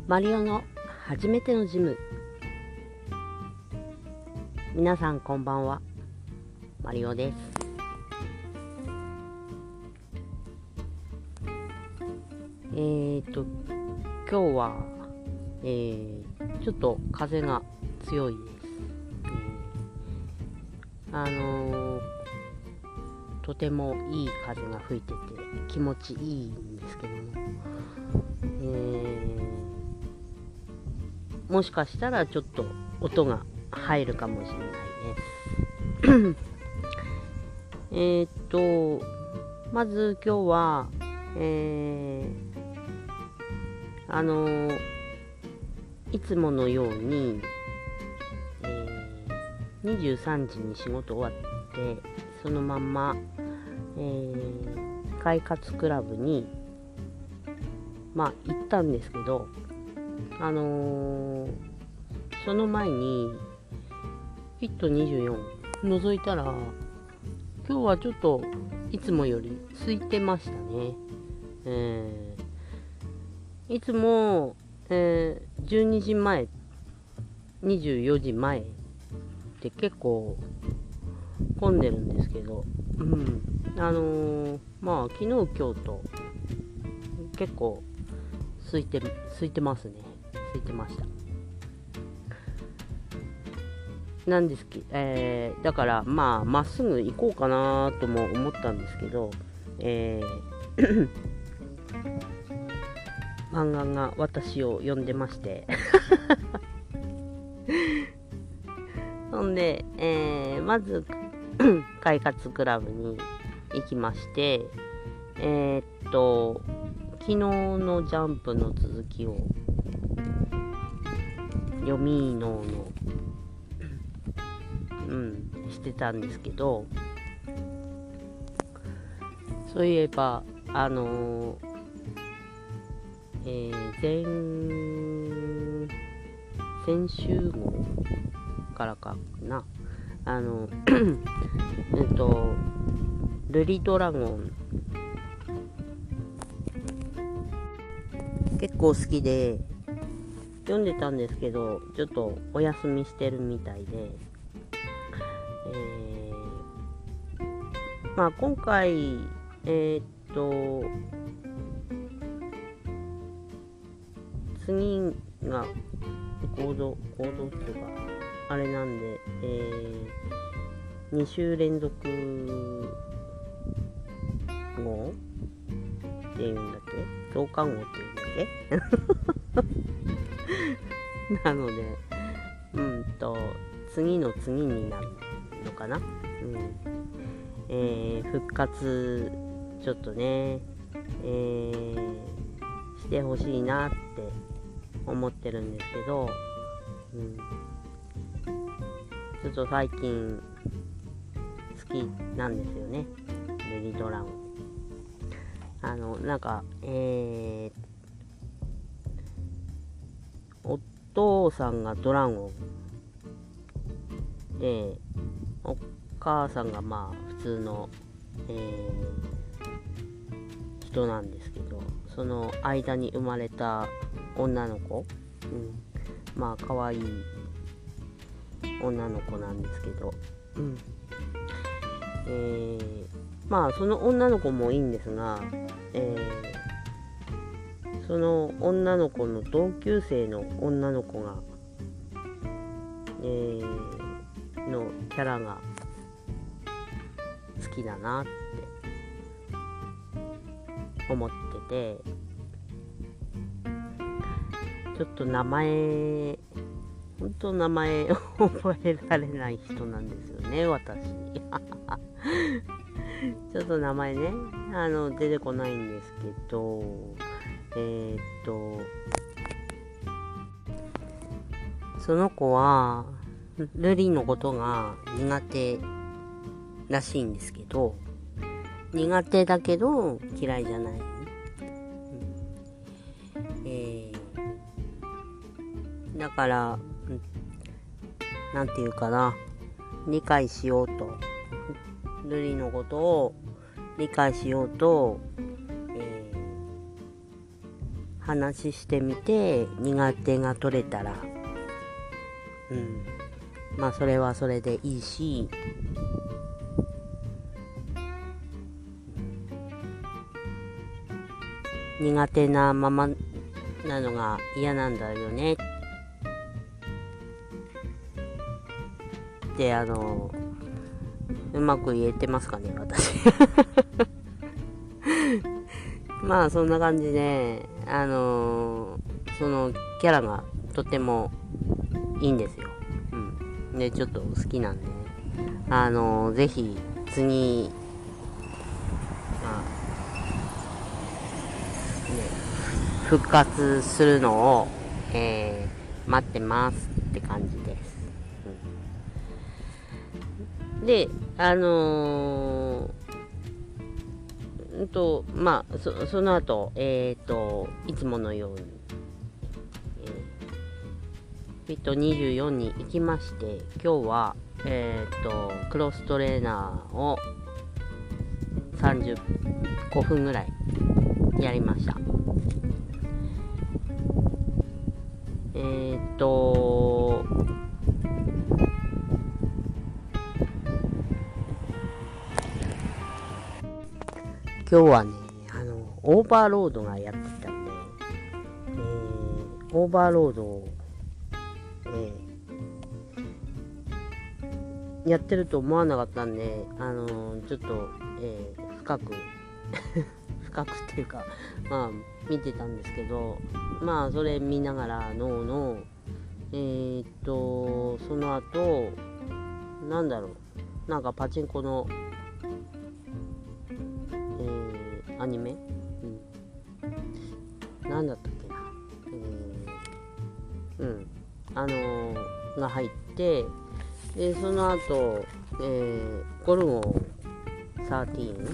マリオの初めてのジム。皆さんこんばんは、マリオです。今日は、ちょっと風が強いです。とてもいい風が吹いてて気持ちいいんですけども、もしかしたらちょっと音が入るかもしれないです。まず今日は、いつものように、23時に仕事終わってそのまんま、快活クラブに行ったんですけど、その前にフィット24覗いたら、今日はちょっといつもより空いてましたね。いつも、12時前24時前って結構混んでるんですけど、昨日今日と結構空いてますね。空いてました。なんですけど、だからまっすぐ行こうかなとも思ったんですけど、漫画が私を呼んでましてそんで、まず快活クラブに行きまして、昨日のジャンプの続きを読みのしてたんですけど、そういえば先週号からかな、ルリドラゴン結構好きで読んでたんですけど、ちょっとお休みしてるみたいで、今回次が合同っていうかあれなんで、2週連続号っていうんだっけ、増刊号っていうんだっけなので次の次になるのかな。復活ちょっとね、してほしいなって思ってるんですけど、ちょっと最近好きなんですよね、ルリドラゴン。お父さんがドラゴンで、お母さんが普通の、人なんですけど、その間に生まれた女の子、可愛い女の子なんですけど、その女の子もいいんですが、その女の子の同級生の女の子が、のキャラが好きだなって思ってて、ちょっと名前覚えられない人なんですよね、私ちょっと名前ね、出てこないんですけど、その子はルリのことが苦手らしいんですけど、苦手だけど嫌いじゃない、だからなんていうかな、理解しようと、ルリのことを理解しようと、 話してみて苦手が取れたら、まあそれはそれでいいし、苦手なままなのが嫌なんだよねってうまく言えてますかね、私。まあそんな感じで、そのキャラがとてもいいんですよ。でちょっと好きなんでね、ぜひ次、復活するのを、待ってますって感じです。で、まあその後、いつものように、フィット24に行きまして、今日はクロストレーナーを35分ぐらいやりました。今日はね、オーバーロードがやってきたんで、オーバーロードを、やってると思わなかったんで、ちょっと、深くっていうか、まあ見てたんですけど、まあそれ見ながらその後なんかパチンコのアニメ、なんだったっけな、が入って、でその後、ゴルゴ13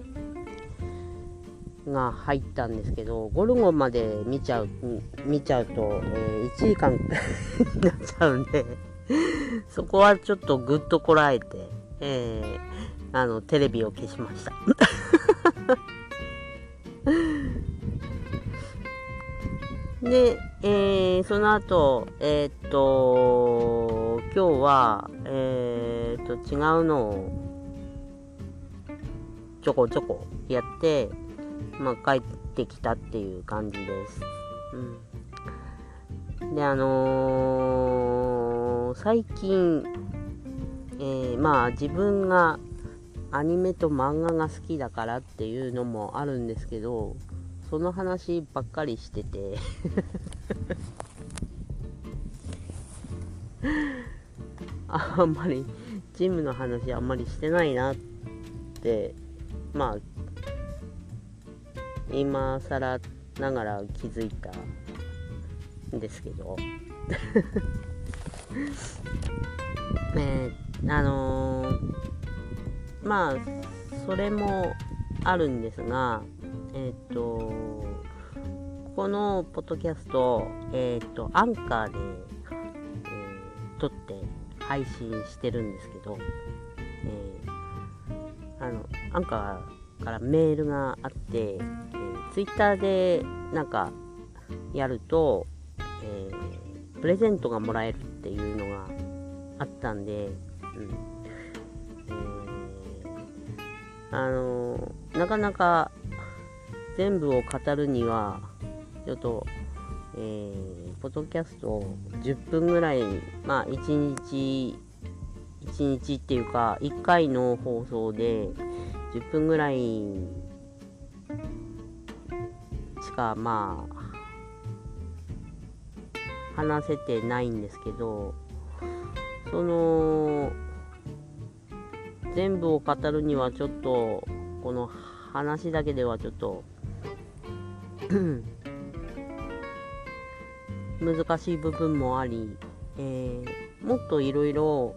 が入ったんですけど、ゴルゴまで見ちゃうと、1時間になっちゃうんでそこはちょっとぐっとこらえて、テレビを消しましたで、その後今日は違うのをちょこちょこやって、まあ帰ってきたっていう感じです。で最近、まあ自分がアニメと漫画が好きだからっていうのもあるんですけど、その話ばっかりしててあんまりジムの話あんまりしてないなって、まあ今更ながら気づいたんですけどまあそれもあるんですが、このポッドキャスト、アンカーで、撮って配信してるんですけど、アンカーからメールがあって、ツイッターでなんかやると、プレゼントがもらえるっていうのがあったんで、なかなか全部を語るにはちょっと、ポッドキャストを10分ぐらい、まあ1日っていうか1回の放送で10分ぐらいしかまあ話せてないんですけど、その全部を語るにはちょっとこの話だけではちょっと難しい部分もあり、もっといろいろ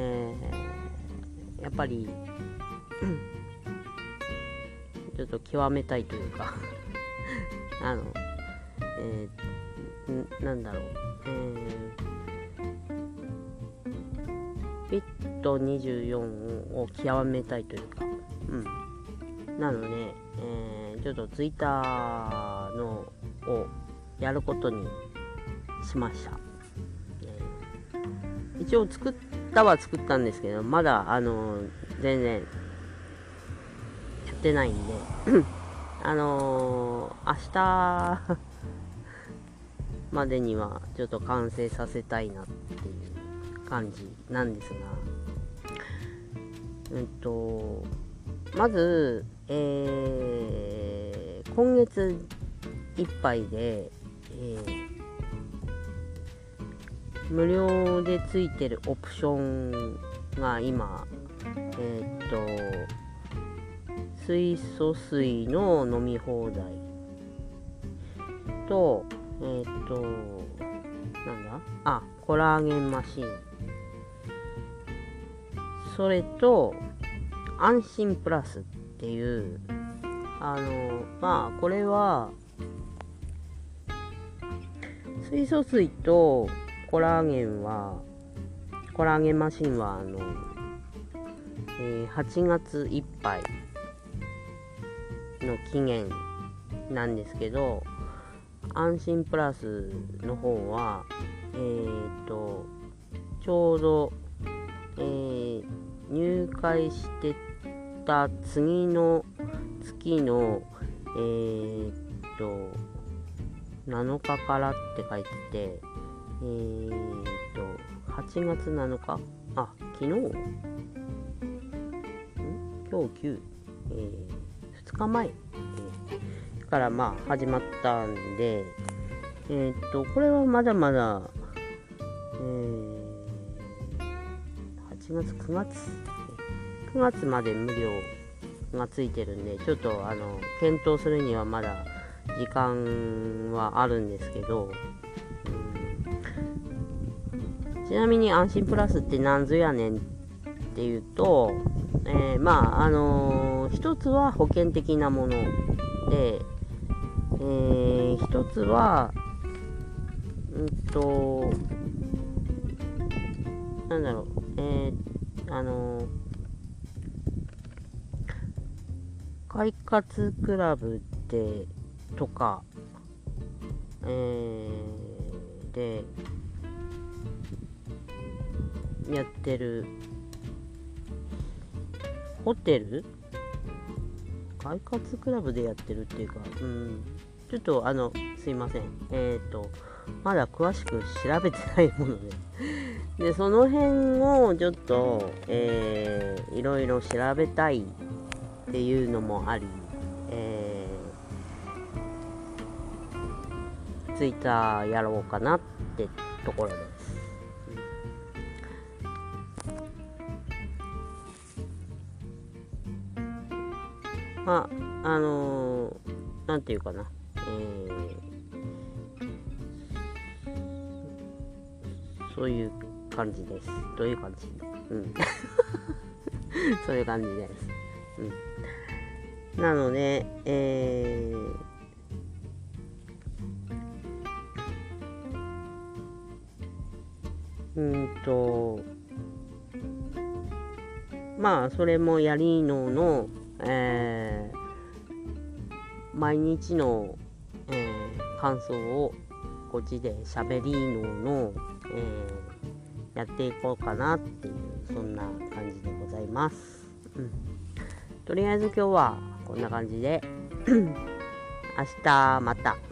やっぱりちょっと極めたいというかなんだろう、フィット24を極めたいというか、なので、ちょっとツイッターのをやることにしました。一応作ったんですけど、まだ全然やってないんで明日までにはちょっと完成させたいなっていう感じなんですが、まず、今月いっぱいで、無料でついてるオプションが今、水素水の飲み放題と、コラーゲンマシン、それと安心プラスっていう、これは水素水とコラーゲンマシンは8月いっぱいの期限なんですけど、安心プラスの方はちょうど、入会してた次の月の7日からって書いてて、8月7日、昨日今日9、2日前、から始まったんで、これはまだまだ、8月9月まで無料がついてるんで、ちょっと検討するにはまだ時間はあるんですけど、ちなみに安心プラスって何ぞやねんっていうと、一つは保険的なもので、一つは快活クラブでとか、でやってるホテル、快活クラブでやってるっていうか、ちょっとすいません、まだ詳しく調べてないものでその辺をちょっと、いろいろ調べたいっていうのもあり、ツイッターやろうかなってところです。なんていうかな、そういう感じです。どういう感じ？そういう感じです。なので、それもやりのの、毎日の、感想をこっちで喋りの、やっていこうかなっていう、そんな感じでございます。とりあえず今日はこんな感じで明日また。